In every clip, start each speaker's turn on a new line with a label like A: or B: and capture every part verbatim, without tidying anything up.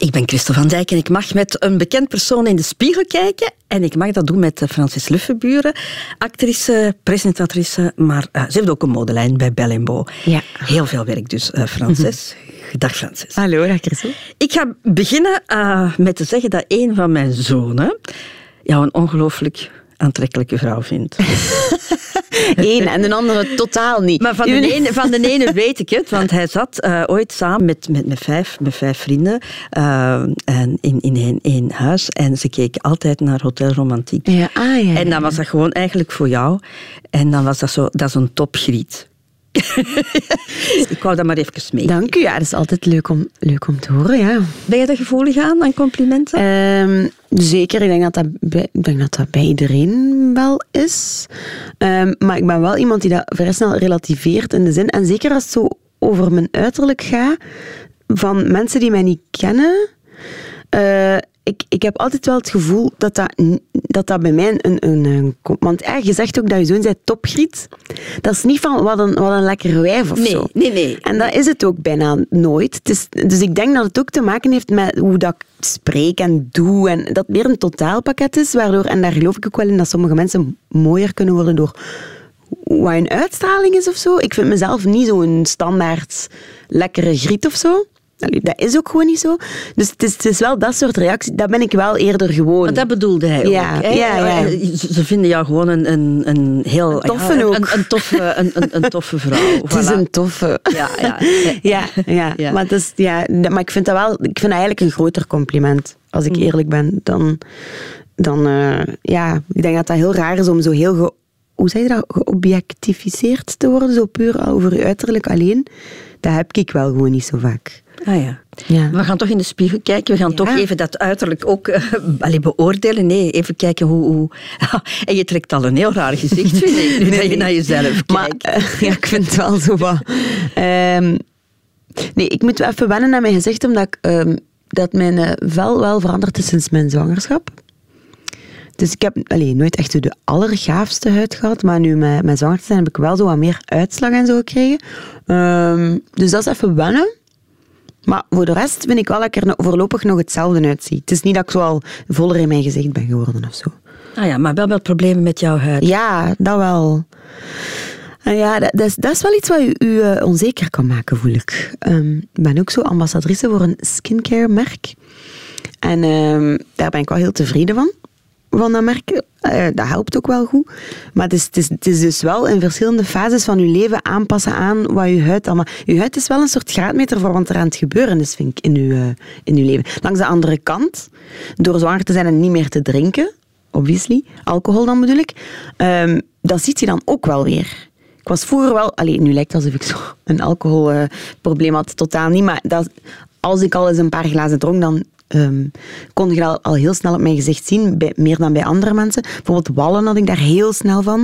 A: Ik ben Christel van Dijk en ik mag met een bekend persoon in de spiegel kijken. En ik mag dat doen met Francis Luffenburen, actrice, presentatrice, maar uh, ze heeft ook een modelijn bij Bell en Beau.
B: Ja.
A: Heel veel werk dus, uh, Francis. Mm-hmm. Dag Francis.
B: Hallo, dag Christel.
A: Ik ga beginnen uh, met te zeggen dat een van mijn zonen jou een ongelooflijk aantrekkelijke vrouw vindt.
B: Eén en de andere totaal niet.
A: Maar van de, ene, van de ene weet ik het, want hij zat uh, ooit samen met, met, met, vijf, met vijf vrienden uh, en in, in één, één huis en ze keken altijd naar Hotel Romantiek.
B: Ja, ah, ja, ja.
A: En dan was dat gewoon eigenlijk voor jou en dan was dat zo, dat is een topgriet. Ik wou dat maar even mee.
B: Dank u, ja, dat is altijd leuk om, leuk om te horen, ja.
A: Ben je er gevoelig aan, aan complimenten?
B: Um, zeker, ik denk dat dat, bij, ik denk dat dat bij iedereen wel is. Um, maar ik ben wel iemand die dat vrij snel relativeert in de zin, en zeker als het zo over mijn uiterlijk gaat, van mensen die mij niet kennen... Uh, Ik, ik heb altijd wel het gevoel dat dat, dat, dat bij mij een... een, een want eh, je zegt ook dat je zoon zei topgriet. Dat is niet van wat een, wat een lekker wijf of
A: nee,
B: zo.
A: Nee, nee.
B: En dat is het ook bijna nooit. Het is, dus ik denk dat het ook te maken heeft met hoe dat ik spreek en doe. En dat het meer een totaalpakket is. Waardoor, en daar geloof ik ook wel in, dat sommige mensen mooier kunnen worden door wat hun uitstraling is of zo. Ik vind mezelf niet zo'n standaard lekkere griet of zo. Dat is ook gewoon niet zo. Dus het is, het is wel dat soort reactie. Dat ben ik wel eerder gewoon.
A: Maar dat bedoelde hij
B: ja,
A: ook. Hè?
B: Ja, ja.
A: Ze vinden jou gewoon een, een, een heel...
B: Een toffe
A: ja,
B: ook.
A: Een, een, toffe, een, een, een toffe vrouw.
B: Het is
A: voilà.
B: een toffe.
A: Ja, ja.
B: ja, ja.
A: ja.
B: Maar, het is, ja, maar ik vind dat wel... Ik vind dat eigenlijk een groter compliment. Als ik eerlijk ben. Dan... dan uh, ja, ik denk dat dat heel raar is om zo heel... Ge, hoe zeg je dat? Geobjectificeerd te worden. Zo puur over je uiterlijk alleen. Dat heb ik wel gewoon niet zo vaak.
A: Ah ja.
B: Ja.
A: We gaan toch in de spiegel kijken. We gaan ja. toch even dat uiterlijk ook uh, allez, beoordelen. Nee, even kijken hoe... hoe... en je trekt al een heel raar gezicht, vind ik, nu nee, dat je naar jezelf
B: maar,
A: kijkt.
B: Uh, ja, ik vind het wel zo wat... Um, nee, ik moet even wennen aan mijn gezicht, omdat ik, um, dat mijn uh, vel wel veranderd is sinds mijn zwangerschap. Dus ik heb allez, nooit echt de allergaafste huid gehad, maar nu met mijn zwanger te zijn heb ik wel zo wat meer uitslag en zo gekregen. Um, dus dat is even wennen. Maar voor de rest vind ik wel dat ik er voorlopig nog hetzelfde uitzie. Het is niet dat ik zo al voller in mijn gezicht ben geworden of zo.
A: Ah ja, maar wel wel problemen met jouw huid.
B: Ja, dat wel. En ja, dat, dat, is, dat is wel iets wat u, u uh, onzeker kan maken, voel ik. Um, ik ben ook zo ambassadrice voor een skincare merk. En um, daar ben ik wel heel tevreden van. Van dat merk. Uh, dat helpt ook wel goed. Maar het is, het, is, het is dus wel in verschillende fases van je leven aanpassen aan wat je huid allemaal... Je huid is wel een soort graadmeter voor wat er aan het gebeuren is, vind ik, in je, uh, in je leven. Langs de andere kant, door zwanger te zijn en niet meer te drinken, obviously, alcohol dan bedoel ik, um, dat ziet je dan ook wel weer. Ik was vroeger wel... Allee, nu lijkt het alsof ik zo een alcoholprobleem uh, had, totaal niet. Maar dat, als ik al eens een paar glazen dronk, dan... Um, kon je dat al heel snel op mijn gezicht zien, bij, meer dan bij andere mensen. Bijvoorbeeld wallen had ik daar heel snel van.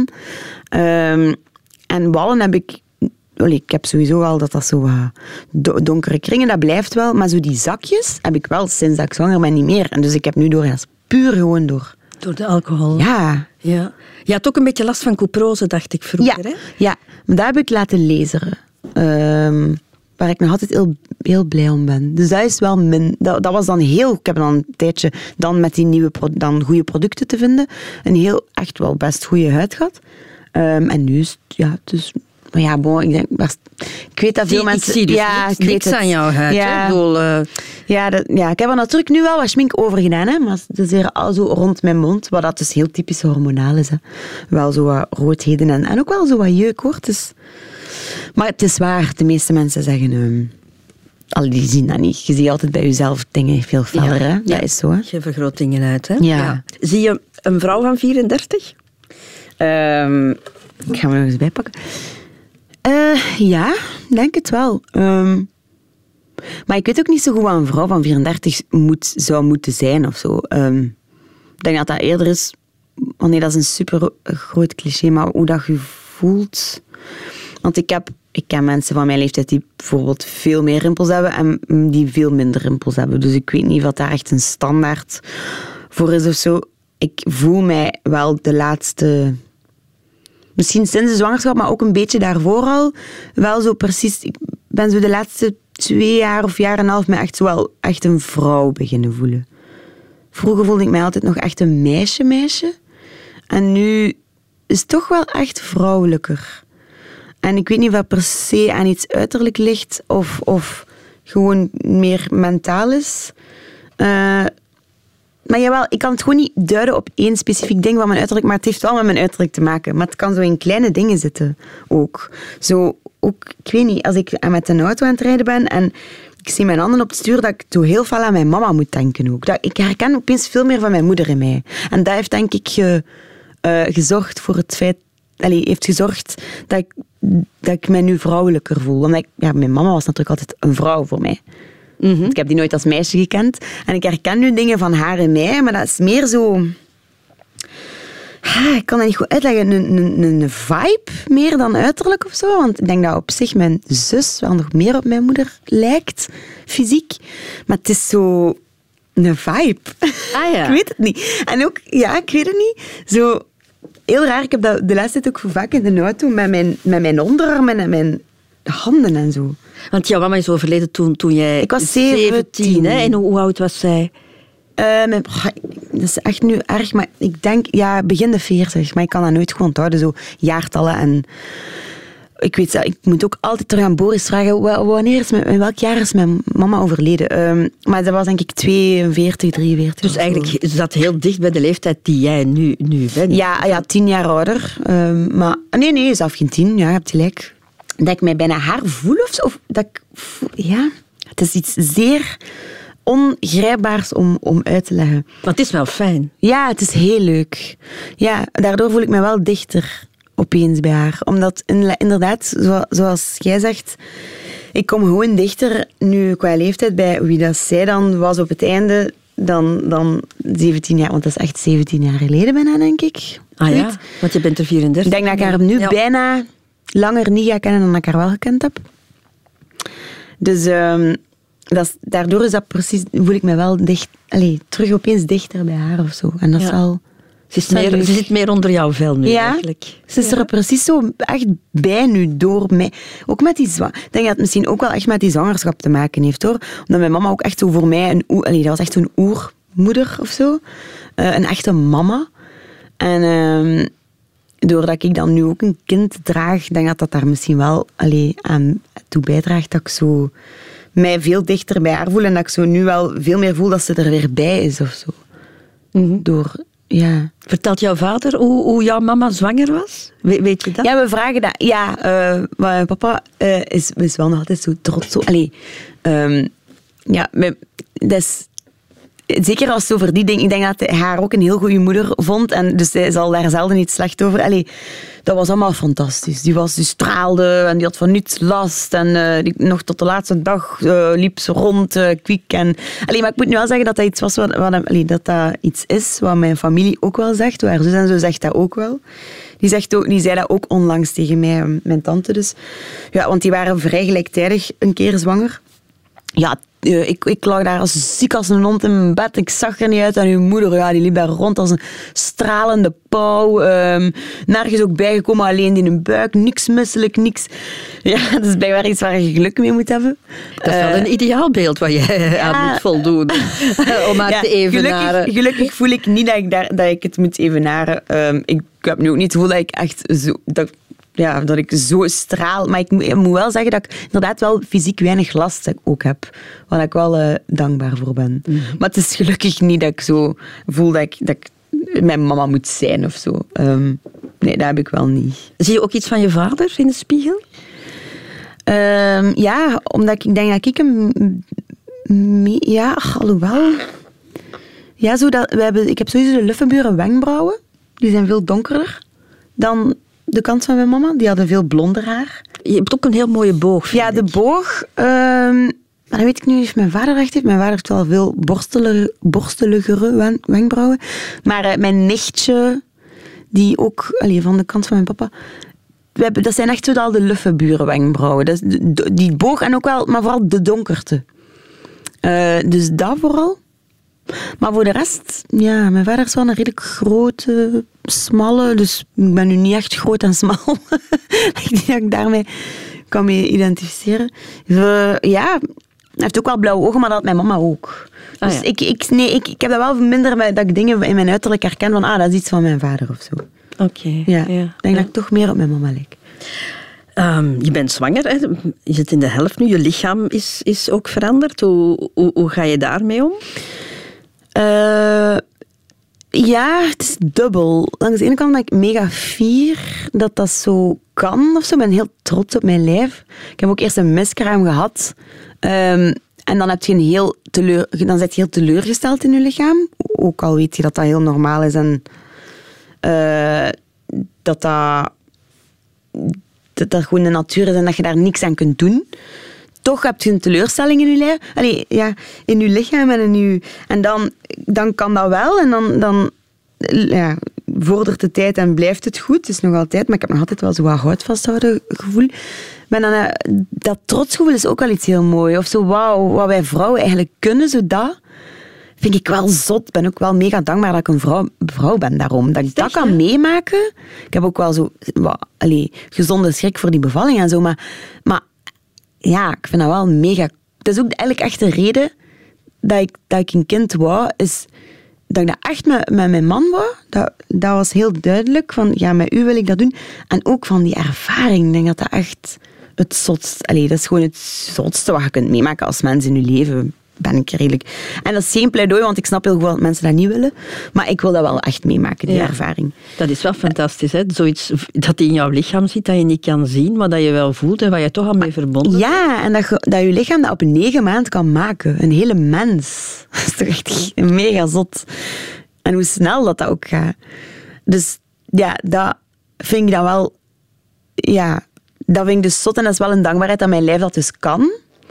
B: Um, en wallen heb ik... Allee, ik heb sowieso wel dat dat zo uh, do- donkere kringen, dat blijft wel. Maar zo die zakjes heb ik wel sinds dat ik zwanger ben niet meer. En dus ik heb nu door, ja, puur gewoon door.
A: Door de alcohol?
B: Ja.
A: ja. Je had ook een beetje last van couprose, dacht ik vroeger,
B: ja,
A: hè?
B: Ja, maar dat heb ik laten laseren. Um, waar ik nog altijd heel, heel blij om ben. Dus dat is wel min... Dat, dat was dan heel... Ik heb dan een tijdje dan met die nieuwe dan goede producten te vinden. Een heel, echt wel best goede huid gehad. Um, en nu is het... Ja, dus... Maar ja, bon, ik denk... Ik weet dat veel
A: die,
B: mensen...
A: Ik zie dus
B: ja,
A: niks,
B: ik weet
A: niks
B: het.
A: aan jouw huid.
B: Ja,
A: ik, bedoel, uh...
B: ja, dat, ja, ik heb er natuurlijk nu wel wat schmink over gedaan, hè, maar het is weer al zo rond mijn mond, wat dat dus heel typisch hormonaal is. Hè. Wel zo wat roodheden en, en ook wel zo wat jeuk, hoor. Het is... Maar het is waar, de meeste mensen zeggen... Um, al die zien dat niet. Je ziet altijd bij jezelf dingen veel feller, ja, hè? Dat
A: ja.
B: is zo, hè?
A: Je vergroot dingen uit, hè?
B: Ja.
A: ja. Zie je een vrouw van vierendertig?
B: Um, ik ga me nog eens bijpakken. Uh, ja, denk het wel. Um, maar ik weet ook niet zo goed wat een vrouw van vierendertig moet, zou moeten zijn of zo. Um, ik denk dat dat eerder is... Oh nee, dat is een super groot cliché, maar hoe dat je voelt... Want ik heb... Ik ken mensen van mijn leeftijd die bijvoorbeeld veel meer rimpels hebben en die veel minder rimpels hebben. Dus ik weet niet of daar echt een standaard voor is of zo. Ik voel mij wel de laatste... Misschien sinds de zwangerschap, maar ook een beetje daarvoor al. Wel zo precies... Ik ben zo de laatste twee jaar of jaar en een half me echt wel echt een vrouw beginnen voelen. Vroeger voelde ik mij altijd nog echt een meisje, meisje. En nu is het toch wel echt vrouwelijker. En ik weet niet of dat per se aan iets uiterlijk ligt of, of gewoon meer mentaal is. Uh, maar jawel, ik kan het gewoon niet duiden op één specifiek ding van mijn uiterlijk, maar het heeft wel met mijn uiterlijk te maken. Maar het kan zo in kleine dingen zitten ook. Zo, ook, ik weet niet, als ik met een auto aan het rijden ben en ik zie mijn handen op het stuur, dat ik zo heel veel aan mijn mama moet denken ook. Dat, ik herken opeens veel meer van mijn moeder in mij. En dat heeft denk ik ge, uh, gezorgd voor het feit, allee, heeft gezorgd dat ik, dat ik mij nu vrouwelijker voel. Omdat ik, ja, mijn mama was natuurlijk altijd een vrouw voor mij. Mm-hmm. Ik heb die nooit als meisje gekend. En ik herken nu dingen van haar en mij, maar dat is meer zo... Ik kan dat niet goed uitleggen. Een, een, een vibe meer dan uiterlijk of zo. Want ik denk dat op zich mijn zus wel nog meer op mijn moeder lijkt, fysiek. Maar het is zo een vibe.
A: Ah ja.
B: Ik weet het niet. En ook, ja, ik weet het niet. Zo heel raar. Ik heb dat de laatste tijd ook vaak in de auto met mijn, met mijn onderarmen en mijn handen en zo.
A: Want jouw mama is overleden toen, toen jij...
B: Ik was zeventien.
A: Hè? En hoe, hoe oud was zij?
B: Uh, mijn, dat is echt nu erg, maar ik denk, ja, begin de veertig. Maar ik kan dat nooit gewoon onthouden, zo jaartallen. En ik weet, ik moet ook altijd terug aan Boris vragen, wanneer is mijn, in welk jaar is mijn mama overleden? Um, maar dat was denk ik tweeënveertig, drieënveertig.
A: Dus eigenlijk is dat heel dicht bij de leeftijd die jij nu, nu bent.
B: Ja, ja, tien jaar ouder. Um, maar nee, nee, zelfs geen tien, ja, je hebt gelijk. Dat ik mij bijna haar voel of zo. Of dat ik, ja, het is iets zeer ongrijpbaars om, om uit te leggen.
A: Maar het is wel fijn.
B: Ja, het is heel leuk. Ja, daardoor voel ik me wel dichter opeens bij haar. Omdat inderdaad, zoals jij zegt, ik kom gewoon dichter nu qua leeftijd bij wie dat zij dan was op het einde dan, dan zeventien jaar. Want dat is echt zeventien jaar geleden bijna, denk ik.
A: Ah ja, want je bent er vierendertig.
B: Ik denk dat ik haar nu ja. bijna langer niet ga kennen dan ik haar wel gekend heb. Dus um, dat is, daardoor is dat precies, voel ik me wel dicht, allez, terug opeens dichter bij haar of zo. En dat ja. is al...
A: Ze, is meer, ze zit meer onder jouw vel nu,
B: ja,
A: eigenlijk.
B: Ze is ja. er precies zo echt bij nu, door mij. Ook met die zwa- Ik denk dat het misschien ook wel echt met die zwangerschap te maken heeft, hoor. Omdat mijn mama ook echt zo voor mij een oer... Allee, dat was echt zo'n oermoeder of zo. Uh, een echte mama. En uh, doordat ik dan nu ook een kind draag, denk ik dat dat daar misschien wel allee, aan toe bijdraagt dat ik zo mij veel dichter bij haar voel en dat ik zo nu wel veel meer voel dat ze er weer bij is of zo. Mm-hmm. Door... Ja.
A: Vertelt jouw vader hoe, hoe jouw mama zwanger was? We, weet je dat?
B: Ja, we vragen dat. Ja, uh, maar papa uh, is, is wel nog altijd zo trots. Zo. Allee, um, ja, maar, dat is... Zeker als het over die dingen... Ik denk dat hij haar ook een heel goede moeder vond. En dus hij zal daar zelden niet slecht over... Allee, dat was allemaal fantastisch. Die, was, die straalde en die had van niets last. En uh, die, nog tot de laatste dag uh, liep ze rond, uh, kwiek. En, allee, maar ik moet nu wel zeggen dat dat iets was wat, wat, allee, dat dat iets is wat mijn familie ook wel zegt. Haar zus en zo zegt dat ook wel. Die, zegt ook, die zei dat ook onlangs tegen mij, mijn tante dus. Ja, want die waren vrij gelijktijdig een keer zwanger. Ja, uh, ik, ik lag daar als ziek als een hond in mijn bed. Ik zag er niet uit. En uw moeder, ja, die liep daar rond als een stralende pauw. Um, nergens ook bijgekomen, alleen in hun buik. Niks misselijk, niks. Ja, dat is blijkbaar iets waar je geluk mee moet hebben.
A: Dat is uh, wel een ideaalbeeld waar je ja, aan moet voldoen. Om maar ja, te evenaren.
B: Gelukkig, gelukkig voel ik niet dat ik, daar, dat ik het moet evenaren. Um, ik heb nu ook niet het gevoel dat ik echt zo... Dat, Ja, dat ik zo straal. Maar ik moet, ik moet wel zeggen dat ik inderdaad wel fysiek weinig last ook heb. Waar ik wel uh, dankbaar voor ben. Mm-hmm. Maar het is gelukkig niet dat ik zo voel dat ik, dat ik mijn mama moet zijn of zo. Um, nee, dat heb ik wel niet.
A: Zie je ook iets van je vader in de spiegel?
B: Um, ja, omdat ik denk dat ik hem... Ja, alhoewel... Ja, zo dat, we hebben, ik heb sowieso de Luffenburen wenkbrauwen. Die zijn veel donkerder dan... De kant van mijn mama, die hadden veel blonder haar.
A: Je hebt ook een heel mooie boog.
B: Ja, de boog. Um, maar dan weet ik nu of mijn vader recht heeft. Mijn vader heeft wel veel borstelige, borsteligere wenkbrauwen. Maar uh, mijn nichtje, die ook allee, van de kant van mijn papa... We hebben, dat zijn echt zo al de Luffenburen wenkbrauwen. Dat is de, de, die boog en ook wel, maar vooral de donkerte. Uh, dus dat vooral. Maar voor de rest, ja, mijn vader is wel een redelijk grote, smalle, dus ik ben nu niet echt groot en smal. Ik denk dat ik daarmee kan mee identificeren. Uh, ja, hij heeft ook wel blauwe ogen, maar dat had mijn mama ook.
A: Ah,
B: dus
A: ja.
B: ik, ik, nee, ik, ik heb dat wel minder met, dat ik dingen in mijn uiterlijk herken van, ah, dat is iets van mijn vader of zo.
A: Oké. Okay,
B: ja,
A: ja.
B: Ik denk
A: ja.
B: dat ik toch meer op mijn mama lijk.
A: Um, je bent zwanger, hè? Je zit in de helft nu. Je lichaam is, is ook veranderd. Hoe, hoe, hoe ga je daarmee om?
B: Uh, ja, het is dubbel. Langs de ene kant ben ik mega fier dat dat zo kan. Of zo. Ik ben heel trots op mijn lijf. Ik heb ook eerst een miskraam gehad. Um, en dan, heb je een heel teleur, dan zit je heel teleurgesteld in je lichaam. Ook al weet je dat dat heel normaal is. En uh, dat dat... dat dat gewoon de natuur is en dat je daar niks aan kunt doen. Toch heb je een teleurstelling in je lijf. Allee, ja, in je lichaam en in je... En dan, dan kan dat wel en dan, dan ja, vordert de tijd en blijft het goed. Het is nog altijd, maar ik heb nog altijd wel zo wat hout vasthouden gevoel. Maar dan, dat trotsgevoel is ook wel iets heel mooi. Of zo, wauw, wat wij vrouwen eigenlijk kunnen, zo dat... vind ik wel zot. Ik ben ook wel mega dankbaar dat ik een vrouw, vrouw ben daarom. Dat ik dat kan meemaken. Ik heb ook wel zo wat, allee, gezonde schrik voor die bevalling en zo. Maar, maar ja, ik vind dat wel mega... Het is ook eigenlijk echt de reden dat ik, dat ik een kind wou, is dat ik dat echt met, met mijn man wou. Dat, dat was heel duidelijk. Van, ja, met u wil ik dat doen. En ook van die ervaring. Ik denk dat dat echt het zotste... Allee, dat is gewoon het zotste wat je kunt meemaken als mens in je leven. Ben ik redelijk. En dat is geen pleidooi, want ik snap heel goed dat mensen dat niet willen. Maar ik wil dat wel echt meemaken, die ja. ervaring.
A: Dat is wel fantastisch, hè? Zoiets dat in jouw lichaam zit, dat je niet kan zien, maar dat je wel voelt en waar je toch al mee verbonden bent.
B: Ja, en dat je, dat je lichaam dat op een negen maand kan maken. Een hele mens. Dat is toch echt mega zot. En hoe snel dat, dat ook gaat. Dus ja, dat vind ik dan wel... Ja, dat vind ik dus zot. En dat is wel een dankbaarheid dat mijn lijf dat dus kan.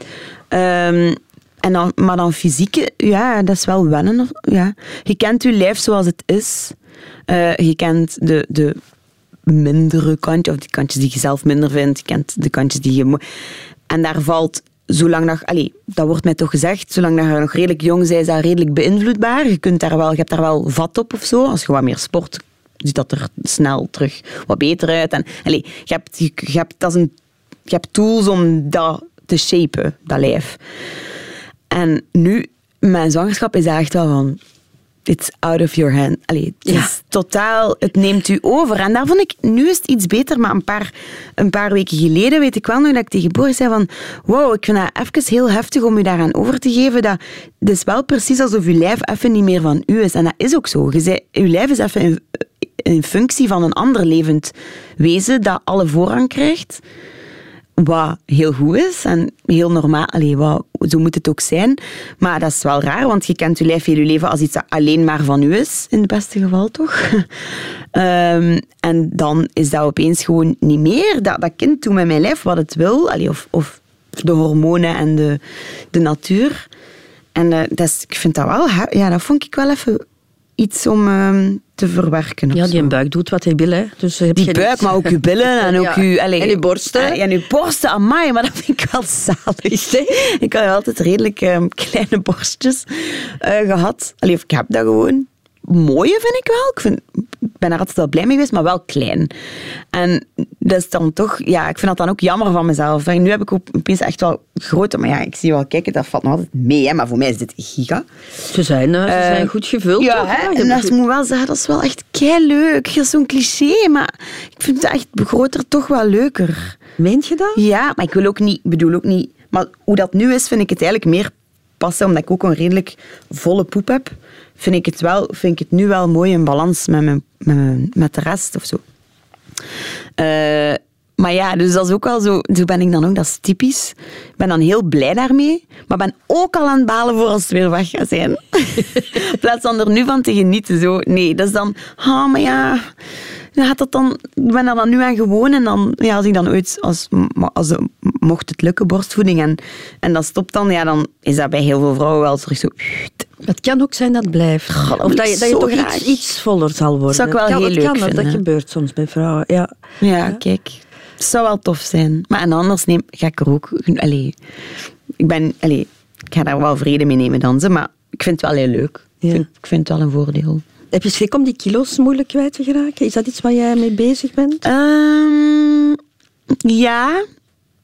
B: Um, En dan, maar dan fysiek, ja, dat is wel wennen. Ja. Je kent je lijf zoals het is. Uh, je kent de, de mindere kantjes, of die kantjes die je zelf minder vindt. Je kent de kantjes die je... Mo- en daar valt, zolang dat... Allee, dat wordt mij toch gezegd, zolang dat je nog redelijk jong bent, is dat redelijk beïnvloedbaar. Je, kunt daar wel, je hebt daar wel vat op of zo. Als je wat meer sport, ziet dat er snel terug wat beter uit. En, allee, je, hebt, je, je, hebt, dat is een, je hebt tools om dat te shapen, dat lijf. En nu, mijn zwangerschap is echt wel van... It's out of your hand. Allee, het
A: ja.
B: is totaal... Het neemt u over. En daar vond ik... Nu is het iets beter, maar een paar, een paar weken geleden weet ik wel nog dat ik tegen Boris zei van... Wow, ik vind dat even heel heftig om u daaraan over te geven. Dat, het is wel precies alsof uw lijf even niet meer van u is. En dat is ook zo. Je zei, uw lijf is even in, in functie van een ander levend wezen dat alle voorrang krijgt. Wat heel goed is en heel normaal. Allee, wat, zo moet het ook zijn. Maar dat is wel raar, want je kent je lijf heel je leven als iets dat alleen maar van u is. In het beste geval, toch? um, en dan is dat opeens gewoon niet meer. Dat, dat kind doet met mijn lijf wat het wil. Allee, of, of de hormonen en de, de natuur. En uh, dat is, ik vind dat wel... Ja, dat vond ik wel even iets om um, te verwerken.
A: Ja, die
B: zo.
A: buik doet wat hij wil. Hè. Dus heb
B: die
A: je
B: buik,
A: niets.
B: maar ook je billen en ook
A: ja.
B: je... Allez,
A: en je borsten.
B: En je borsten, amai, maar dat vind ik wel zalig. Ik had altijd redelijk um, kleine borstjes uh, gehad. Allee, of ik heb dat gewoon. Mooie vind ik wel. Ik, vind, ik ben daar altijd wel blij mee geweest, maar wel klein. En dat is dan toch... Ja, ik vind dat dan ook jammer van mezelf. En nu heb ik opeens echt wel grote... Maar ja, ik zie wel, kijk, dat valt nog altijd mee. Hè, maar voor mij is dit giga.
A: Ze zijn, uh, ze uh, zijn goed gevuld.
B: Ja,
A: toch,
B: hè?
A: Ja,
B: En dat moet wel zeggen, dat is wel echt keileuk. Dat is zo'n cliché, maar ik vind het echt groter toch wel leuker.
A: Meent je dat?
B: Ja, maar ik wil ook niet... bedoel ook niet... Maar hoe dat nu is, vind ik het eigenlijk meer passen, omdat ik ook een redelijk volle poep heb. Vind ik het, wel, vind ik het nu wel mooi in balans met, mijn, met, mijn, met de rest of zo. Uh, maar ja, dus dat is ook wel zo... Zo ben ik dan ook, dat is typisch. Ik ben dan heel blij daarmee, maar ben ook al aan het balen voor als het weer weg gaat zijn. In plaats van er nu van te genieten. Zo. Nee, dat is dan... Ah, maar ja... Gaat dat dan, ik ben er dan nu aan gewoon en dan, ja, als ik dan ooit, als, als mocht het lukken, borstvoeding en, en dat stopt dan, ja, dan is dat bij heel veel vrouwen wel terug zo...
A: Het kan ook zijn dat het blijft.
B: Goh, dat
A: of dat je, dat je toch
B: graag.
A: iets, iets voller zal worden.
B: Dat zou ik wel
A: het kan,
B: heel
A: het
B: leuk
A: kan,
B: vinden.
A: Dat gebeurt soms bij vrouwen, ja.
B: Ja,
A: ja.
B: kijk. Het zou wel tof zijn. Maar en anders neem, ga ik er ook... Allee, ik ben... Allee, ik ga daar wel vrede mee nemen dan, maar ik vind het wel heel leuk. Ja. Ik, vind, ik vind het wel een voordeel.
A: Heb je schrik om die kilo's moeilijk kwijt te geraken? Is dat iets waar jij mee bezig bent?
B: Um, ja.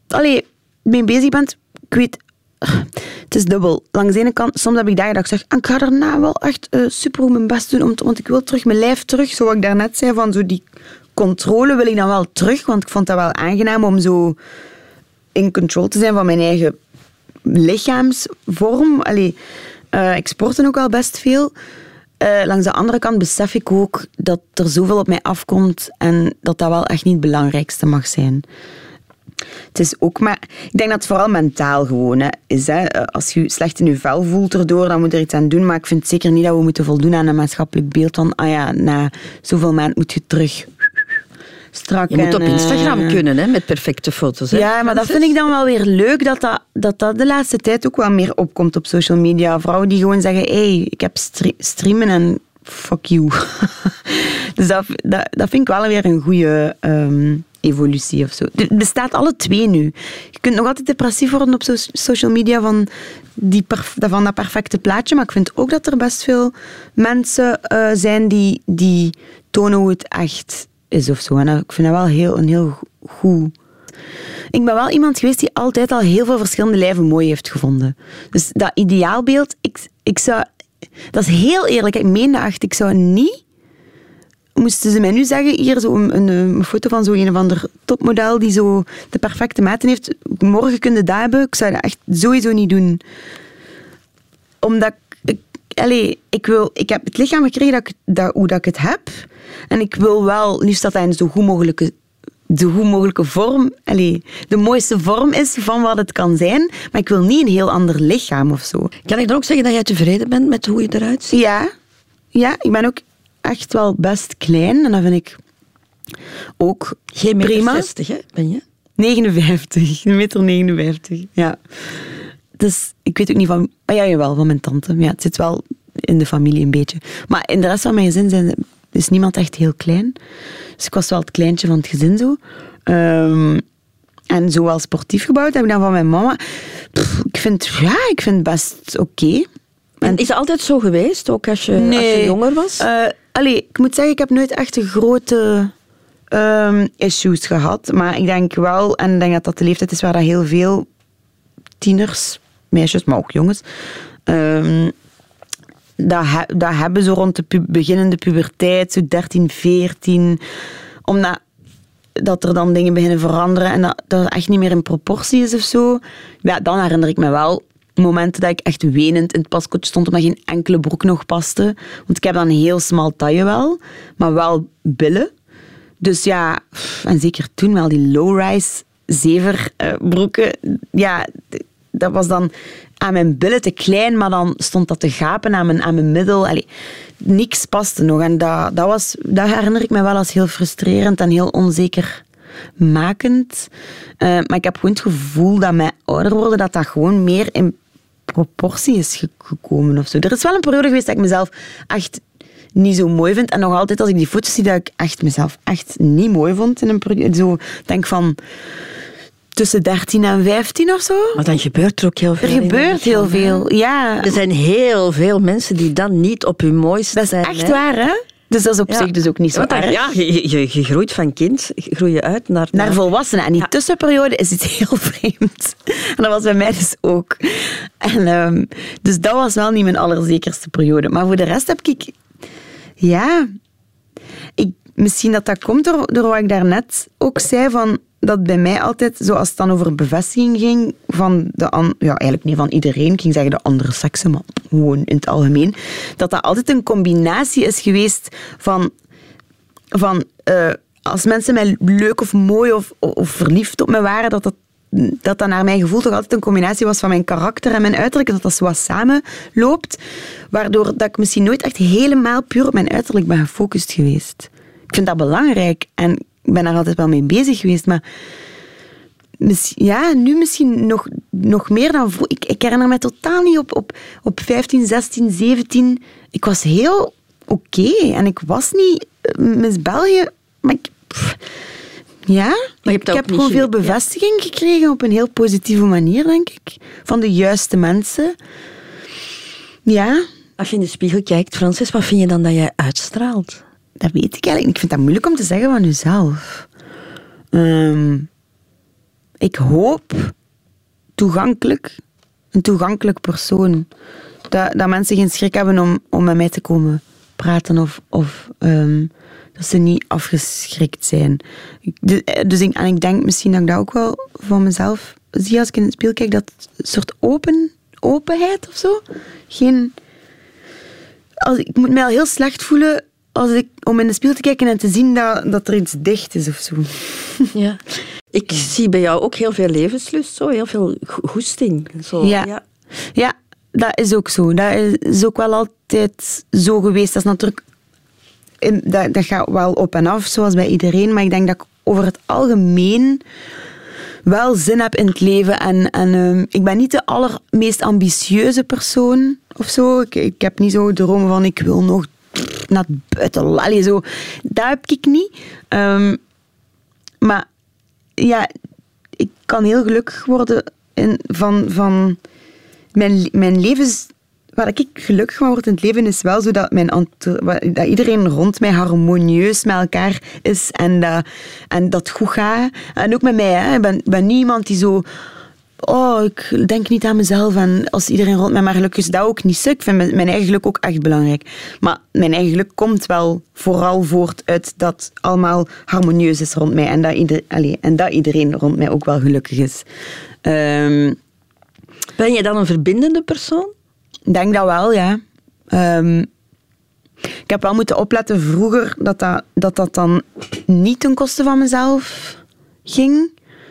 B: allee, mee bezig bent, ik weet... Het is dubbel. Langs de ene kant, soms heb ik dagen dat ik zeg, ik ga daarna wel echt uh, super mijn best doen, om te, want ik wil terug mijn lijf terug, zoals ik daarnet zei, van zo die controle wil ik dan wel terug, want ik vond dat wel aangenaam om zo in control te zijn van mijn eigen lichaamsvorm. Allee, uh, ik sportte ook al best veel. Uh, langs de andere kant besef ik ook dat er zoveel op mij afkomt en dat dat wel echt niet het belangrijkste mag zijn. Het is ook maar... Ik denk dat het vooral mentaal gewoon hè, is. Hè. Als je slecht in je vel voelt erdoor, dan moet je er iets aan doen. Maar ik vind zeker niet dat we moeten voldoen aan een maatschappelijk beeld van ah ja, na zoveel maanden moet je terug strak.
A: Je moet op
B: en,
A: Instagram
B: uh,
A: kunnen, hè, met perfecte foto's. Hè.
B: Ja, maar dat vind ik dan wel weer leuk, dat dat, dat dat de laatste tijd ook wel meer opkomt op social media. Vrouwen die gewoon zeggen, hey, ik heb stre- streamen en fuck you. Dus dat, dat, dat vind ik wel weer een goede... Um, evolutie of zo. Het bestaat alle twee nu. Je kunt nog altijd depressief worden op so- social media van, die perf- van dat perfecte plaatje, maar ik vind ook dat er best veel mensen uh, zijn die, die tonen hoe het echt is of zo. En ik vind dat wel heel, een heel goed... Ik ben wel iemand geweest die altijd al heel veel verschillende lijven mooi heeft gevonden. Dus dat ideaalbeeld, ik, ik zou... Dat is heel eerlijk, ik meen dat echt. Ik zou niet... Moesten ze mij nu zeggen, hier zo een, een, een foto van zo'n een of ander topmodel die zo de perfecte maten heeft, morgen kun je dat hebben, ik zou dat echt sowieso niet doen. Omdat ik, allez, ik, wil, ik heb het lichaam gekregen dat ik, dat, hoe dat ik het heb. En ik wil wel, liefst dat dat in zo goed mogelijke, zo goed mogelijke vorm, allez, de mooiste vorm is van wat het kan zijn, maar ik wil niet een heel ander lichaam of zo.
A: Kan ik dan ook zeggen dat jij tevreden bent met hoe je eruit ziet?
B: Ja, ja ik ben ook echt wel best klein. En dat vind ik ook
A: geen
B: prima.
A: Geen meter zestig, hè, ben je?
B: negenenvijftig. een meter negenenvijftig, ja. Dus ik weet ook niet van... Ah ja, jawel, van mijn tante. Ja, het zit wel in de familie een beetje. Maar in de rest van mijn gezin zijn, is niemand echt heel klein. Dus ik was wel het kleintje van het gezin zo. Um, en zo wel sportief gebouwd heb ik dan van mijn mama. Pff, ik vind ja, ik vind het best oké. Okay.
A: En is het altijd zo geweest, ook als je, nee, als je jonger was?
B: Uh, allee, ik moet zeggen, ik heb nooit echt een grote um, issues gehad. Maar ik denk wel, en ik denk dat dat de leeftijd is waar dat heel veel tieners, meisjes, maar ook jongens, um, dat, he, dat hebben zo rond de pu- beginnende puberteit, zo dertien, veertien, omdat dat er dan dingen beginnen veranderen en dat, dat het echt niet meer in proportie is of zo. Ja, dan herinner ik me wel momenten dat ik echt wenend in het paskotje stond omdat geen enkele broek nog paste. Want ik heb dan een heel smal taille wel, maar wel billen. Dus ja, en zeker toen wel die low-rise zeverbroeken. Ja, dat was dan aan mijn billen te klein, maar dan stond dat te gapen aan mijn, aan mijn middel. Allee, niks paste nog. En dat, dat, was, dat herinner ik me wel als heel frustrerend en heel onzeker makend. Uh, maar ik heb gewoon het gevoel dat mijn ouder worden, dat dat gewoon meer in proportie is gekomen of zo. Er is wel een periode geweest dat ik mezelf echt niet zo mooi vind. En nog altijd als ik die foto's zie, dat ik echt mezelf echt niet mooi vond. In een periode. Zo denk van tussen dertien en vijftien of zo.
A: Maar dan gebeurt er ook heel veel.
B: Er gebeurt heel veel, ja.
A: Er zijn heel veel mensen die dan niet op hun mooiste zijn.
B: Dat is echt hè? waar, hè? Dus dat is op ja. zich dus ook niet zo
A: ja, erg. Ja, je, je, je groeit van kind, groei je uit naar...
B: Naar, naar volwassenen. En die ja. tussenperiode is iets heel vreemd. En dat was bij mij dus ook. En, um, dus dat was wel niet mijn allerzekerste periode. Maar voor de rest heb ik... Ja... Ik, misschien dat dat komt door, door wat ik daarnet ook zei, van dat bij mij altijd, zoals het dan over bevestiging ging, van de an, ja, eigenlijk niet van iedereen, ik ging zeggen de andere seksen, maar gewoon in het algemeen, dat dat altijd een combinatie is geweest van, van uh, als mensen mij leuk of mooi of, of verliefd op me waren, dat dat, dat dat naar mijn gevoel toch altijd een combinatie was van mijn karakter en mijn uiterlijk, dat dat zo wat samenloopt, waardoor dat ik misschien nooit echt helemaal puur op mijn uiterlijk ben gefocust geweest. Ik vind dat belangrijk en ik ben daar altijd wel mee bezig geweest, maar ja, nu misschien nog, nog meer dan vroeger. Ik, ik herinner me totaal niet op, op, op vijftien, zestien, zeventien. Ik was heel oké okay. En ik was niet Miss België, maar ik... Pff, ja, maar je hebt ik heb gewoon veel bevestiging ja. gekregen op een heel positieve manier, denk ik. Van de juiste mensen. Ja.
A: Als je in de spiegel kijkt, Frances, wat vind je dan dat jij uitstraalt?
B: Dat weet ik eigenlijk. Ik vind dat moeilijk om te zeggen van jezelf. Um, ik hoop toegankelijk, een toegankelijk persoon. Dat, dat mensen geen schrik hebben om, om met mij te komen praten of, of um, dat ze niet afgeschrikt zijn. Dus, dus ik, en ik denk misschien dat ik dat ook wel van mezelf zie als ik in het spiegel kijk, dat een soort open, openheid of zo. Geen... Als, ik moet mij al heel slecht voelen als ik, om in de spiegel te kijken en te zien dat, dat er iets dicht is of zo.
A: Ja. Ik zie bij jou ook heel veel levenslust, zo, heel veel goesting. Zo,
B: ja.
A: Ja.
B: ja, dat is ook zo. Dat is ook wel altijd zo geweest. Dat is natuurlijk... Dat, dat gaat wel op en af, zoals bij iedereen. Maar ik denk dat ik over het algemeen wel zin heb in het leven. En, en um, ik ben niet de allermeest ambitieuze persoon of zo. Ik, ik heb niet zo dromen van ik wil nog naar het buiten. Allee, zo. Dat heb ik niet. Um, maar ja, ik kan heel gelukkig worden in, van, van mijn, mijn levens... Waar ik gelukkig van word in het leven is wel zo dat, mijn, dat iedereen rond mij harmonieus met elkaar is en dat, en dat goed gaat. En ook met mij. Hè. Ik ben, ben niet iemand die zo... Oh, ik denk niet aan mezelf en als iedereen rond mij maar gelukkig is, dat ook niet zo. Ik vind mijn eigen geluk ook echt belangrijk. Maar mijn eigen geluk komt wel vooral voort uit dat allemaal harmonieus is rond mij en dat, ieder, allez, en dat iedereen rond mij ook wel gelukkig is. Um,
A: ben je dan een verbindende persoon?
B: Ik denk dat wel, ja. Um, ik heb wel moeten opletten vroeger dat dat, dat, dat dan niet ten koste van mezelf ging.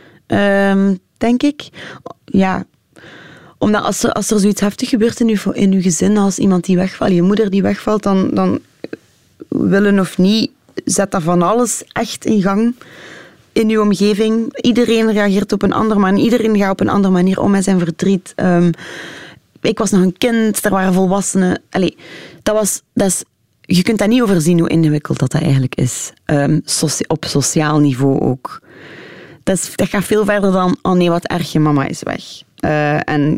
B: Um, denk ik. Ja. Omdat als er, als er zoiets heftig gebeurt in je, in je gezin, als iemand die wegvalt, je moeder die wegvalt, dan, dan willen of niet, zet dat van alles echt in gang in je omgeving. Iedereen reageert op een andere manier. Iedereen gaat op een andere manier om met zijn verdriet. Um, Ik was nog een kind, er waren volwassenen. Allee, dat was, dat is, je kunt dat niet overzien hoe ingewikkeld dat, dat eigenlijk is. Um, socia- op sociaal niveau ook. Dat, is, dat gaat veel verder dan, oh nee, wat erg, je mama is weg. Uh, en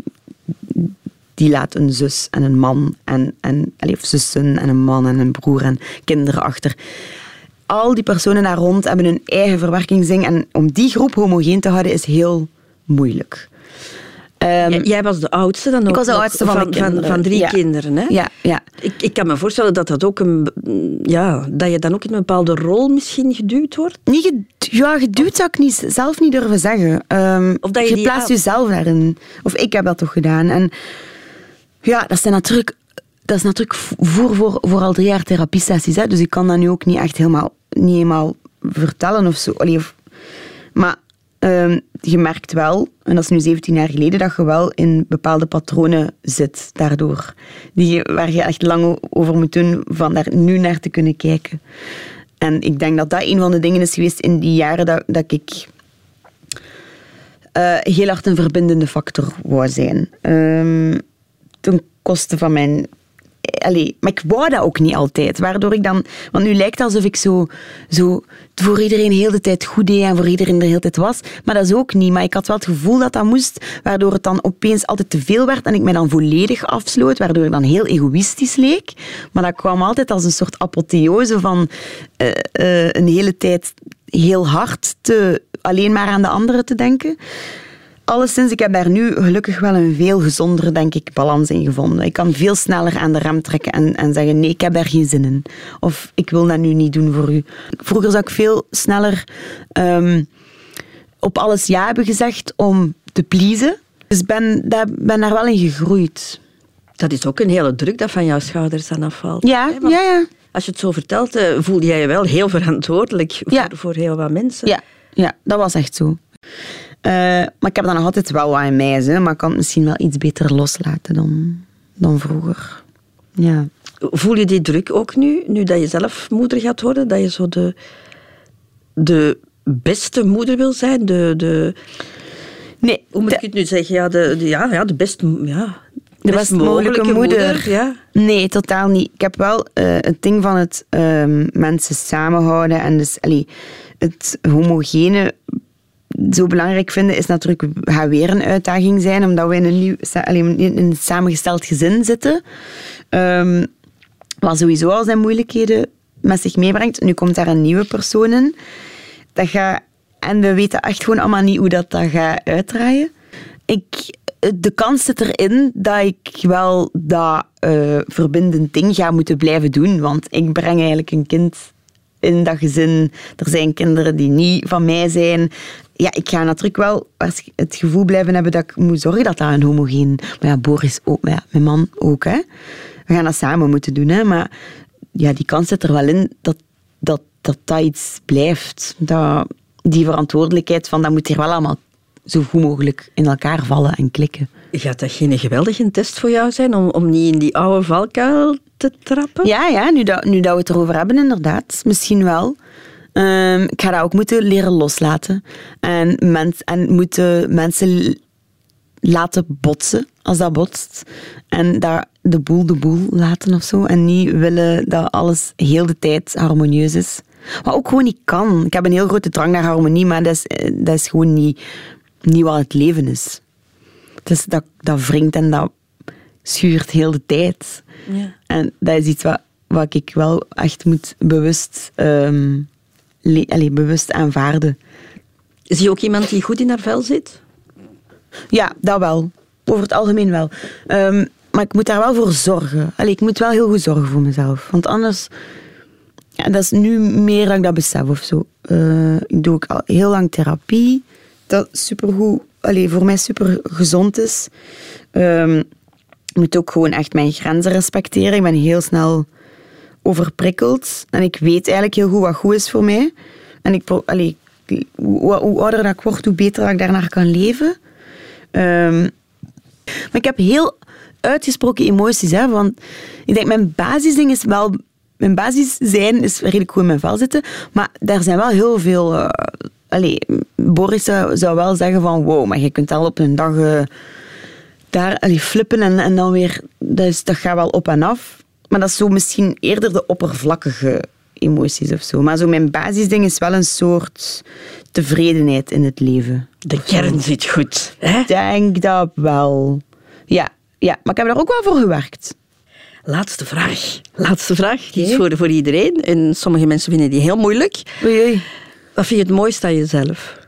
B: die laat een zus en een man, en, en, allee, of zussen en een man en een broer en kinderen achter. Al die personen daar rond hebben hun eigen verwerkingsding. En om die groep homogeen te houden is heel moeilijk.
A: Um, Jij was de oudste dan ook?
B: Ik was de oudste van, van, de
A: van, van drie
B: ja.
A: kinderen, hè?
B: Ja, ja.
A: Ik, ik kan me voorstellen dat dat ook een... Ja, dat je dan ook in een bepaalde rol misschien geduwd wordt?
B: Niet geduwd, ja, geduwd zou ik niet, zelf niet durven zeggen. Um,
A: of dat je,
B: je
A: die
B: plaatst
A: aan...
B: jezelf daarin. Of ik heb dat toch gedaan. En ja, dat zijn natuurlijk... Dat is natuurlijk voor, voor, voor al drie jaar therapiesessies. Hè? Dus ik kan dat nu ook niet echt helemaal, niet helemaal vertellen of zo. Allee, of, maar... Um, je merkt wel, en dat is nu zeventien jaar geleden, dat je wel in bepaalde patronen zit daardoor. Die, waar je echt lang over moet doen van daar nu naar te kunnen kijken. En ik denk dat dat een van de dingen is geweest in die jaren dat, dat ik uh, heel hard een verbindende factor wou zijn. Um, ten koste van mijn... Allee, maar ik wou dat ook niet altijd. Waardoor ik dan... Want nu lijkt het alsof ik zo, zo voor iedereen heel de tijd goed deed en voor iedereen de hele tijd was. Maar dat is ook niet. Maar ik had wel het gevoel dat dat moest, waardoor het dan opeens altijd te veel werd en ik mij dan volledig afsloot, waardoor ik dan heel egoïstisch leek. Maar dat kwam altijd als een soort apotheose van uh, uh, een hele tijd heel hard te, alleen maar aan de anderen te denken. Alleszins, ik heb daar nu gelukkig wel een veel gezondere, denk ik, balans in gevonden. Ik kan veel sneller aan de rem trekken en, en zeggen, nee, ik heb daar geen zin in. Of, ik wil dat nu niet doen voor u. Vroeger zou ik veel sneller um, op alles ja hebben gezegd om te pleasen. Dus ik ben, ben daar wel in gegroeid.
A: Dat is ook een hele druk dat van jouw schouders aan afvalt.
B: Ja,
A: hè?
B: ja, ja.
A: Als je het zo vertelt, voelde jij je wel heel verantwoordelijk voor, ja. voor heel wat mensen.
B: Ja, ja, dat was echt zo. Uh, maar ik heb dat nog altijd wel wat in mij, hè, maar ik kan het misschien wel iets beter loslaten dan, dan vroeger. Ja.
A: Voel je die druk ook nu, nu dat je zelf moeder gaat worden? Dat je zo de, de beste moeder wil zijn? De, de,
B: nee.
A: Hoe moet de, ik het nu zeggen? Ja, de, de, ja, ja, de best, ja,
B: de best mogelijke, mogelijke moeder. moeder
A: ja.
B: Nee, totaal niet. Ik heb wel uh, het ding van het um, mensen samenhouden en dus allee, het homogene zo belangrijk vinden, is natuurlijk, gaat weer een uitdaging zijn, omdat we in een, nieuw, in een samengesteld gezin zitten. Um, wat sowieso al zijn moeilijkheden met zich meebrengt. Nu komt daar een nieuwe persoon in. Dat gaat en we weten echt gewoon allemaal niet hoe dat, dat gaat uitdraaien. Ik, de kans zit erin dat ik wel dat uh, verbindend ding ga moeten blijven doen. Want ik breng eigenlijk een kind in dat gezin. Er zijn kinderen die niet van mij zijn. Ja, ik ga natuurlijk wel het gevoel blijven hebben dat ik moet zorgen dat dat een homogeen... Maar ja, Boris ook, maar ja, mijn man ook. Hè. We gaan dat samen moeten doen. Hè. Maar ja, die kans zit er wel in dat dat, dat, dat iets blijft. Dat, die verantwoordelijkheid van dat moet hier wel allemaal zo goed mogelijk in elkaar vallen en klikken.
A: Gaat dat geen geweldige test voor jou zijn om, om niet in die oude valkuil te trappen?
B: Ja, ja nu, dat, nu dat we het erover hebben, inderdaad. Misschien wel. Um, ik ga dat ook moeten leren loslaten. En, mens, en moeten mensen laten botsen, als dat botst. En daar de boel de boel laten of zo. En niet willen dat alles heel de tijd harmonieus is. Wat ook gewoon niet kan. Ik heb een heel grote drang naar harmonie, maar dat is, dat is gewoon niet, niet wat het leven is. Dus dat, dat wringt en dat schuurt heel de tijd. Ja. En dat is iets wat, wat ik wel echt moet bewust, um, le- allez, bewust aanvaarden.
A: Is je ook iemand die goed in haar vel zit?
B: Ja, dat wel. Over het algemeen wel. Um, maar ik moet daar wel voor zorgen. Allee, ik moet wel heel goed zorgen voor mezelf. Want anders... Ja, dat is nu meer dan ik dat besef of zo. Uh, ik doe ook al heel lang therapie. Dat supergoed, allee, voor mij super gezond is. Um, ik moet ook gewoon echt mijn grenzen respecteren. Ik ben heel snel overprikkeld. En ik weet eigenlijk heel goed wat goed is voor mij. En ik, allee, hoe, hoe ouder dat ik word, hoe beter dat ik daarnaar kan leven. Um, maar ik heb heel uitgesproken emoties. Hè, want ik denk, mijn basisding is wel... Mijn basis zijn is redelijk goed in mijn vel zitten. Maar daar zijn wel heel veel... Uh, allez, Boris zou, zou wel zeggen van... Wow, maar je kunt al op een dag uh, daar allez, flippen en, en dan weer... Dat, is, dat gaat wel op en af. Maar dat is zo misschien eerder de oppervlakkige emoties of zo. Maar zo mijn basisding is wel een soort tevredenheid in het leven.
A: De kern zit goed, hè?
B: Ik denk dat wel. Ja, ja, maar ik heb daar ook wel voor gewerkt.
A: Laatste vraag. Laatste vraag. Die is voor, voor iedereen. En sommige mensen vinden die heel moeilijk.
B: Oei, oei.
A: Wat vind je het mooiste aan jezelf?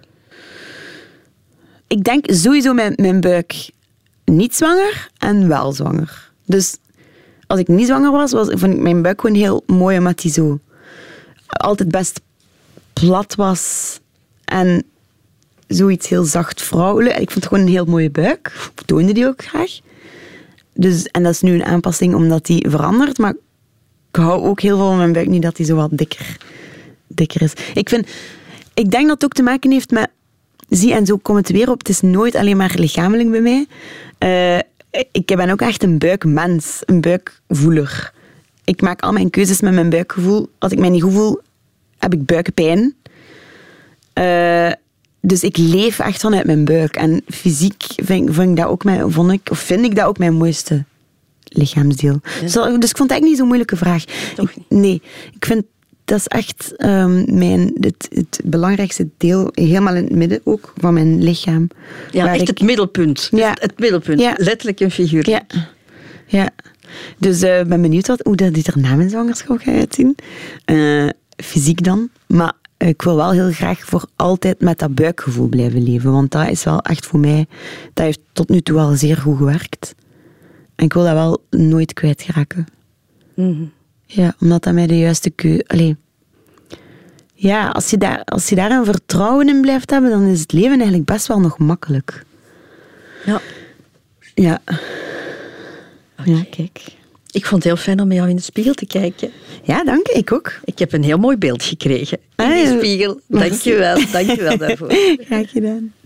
B: Ik denk sowieso mijn, mijn buik niet zwanger en wel zwanger. Dus als ik niet zwanger was, was vond ik mijn buik gewoon heel mooi, omdat die zo altijd best plat was. En zoiets heel zacht vrouwelijk. Ik vond het gewoon een heel mooie buik. Ik toonde die ook graag. Dus, en dat is nu een aanpassing omdat die verandert. Maar ik hou ook heel veel van mijn buik. Niet dat die zo wat dikker, dikker is. Ik, vind, ik denk dat het ook te maken heeft met... Zie, en zo komt het weer op. Het is nooit alleen maar lichamelijk bij mij. Uh, ik ben ook echt een buikmens. Een buikvoeler. Ik maak al mijn keuzes met mijn buikgevoel. Als ik mij niet goed voel, heb ik buikpijn. Uh, Dus ik leef echt vanuit mijn buik. En fysiek vind, vind, ik dat ook mijn, vond ik, of vind ik dat ook mijn mooiste lichaamsdeel. Ja. Dus, dus ik vond het eigenlijk niet zo'n moeilijke vraag.
A: Toch niet?
B: Ik, nee, ik vind dat is echt um, mijn, het, het belangrijkste deel, helemaal in het midden ook, van mijn lichaam.
A: Ja, echt ik, het middelpunt. Ja. Het, het middelpunt, ja. Letterlijk en figuurlijk.
B: Ja, ja. Dus ik uh, ben benieuwd wat, hoe dat dit er na mijn zwangerschap gaat uitzien. Uh, fysiek dan, maar ik wil wel heel graag voor altijd met dat buikgevoel blijven leven. Want dat is wel echt voor mij... Dat heeft tot nu toe al zeer goed gewerkt. En ik wil dat wel nooit kwijtraken. Mm-hmm. Ja, omdat dat mij de juiste keu... Allee. Ja, als je, daar, als je daar een vertrouwen in blijft hebben, dan is het leven eigenlijk best wel nog makkelijk.
A: Ja.
B: Ja.
A: Okay. Ja, kijk. Ik vond het heel fijn om met jou in de spiegel te kijken.
B: Ja, dank. Ik ook.
A: Ik heb een heel mooi beeld gekregen in die spiegel. Dank je wel. Dank je wel daarvoor.
B: Graag gedaan.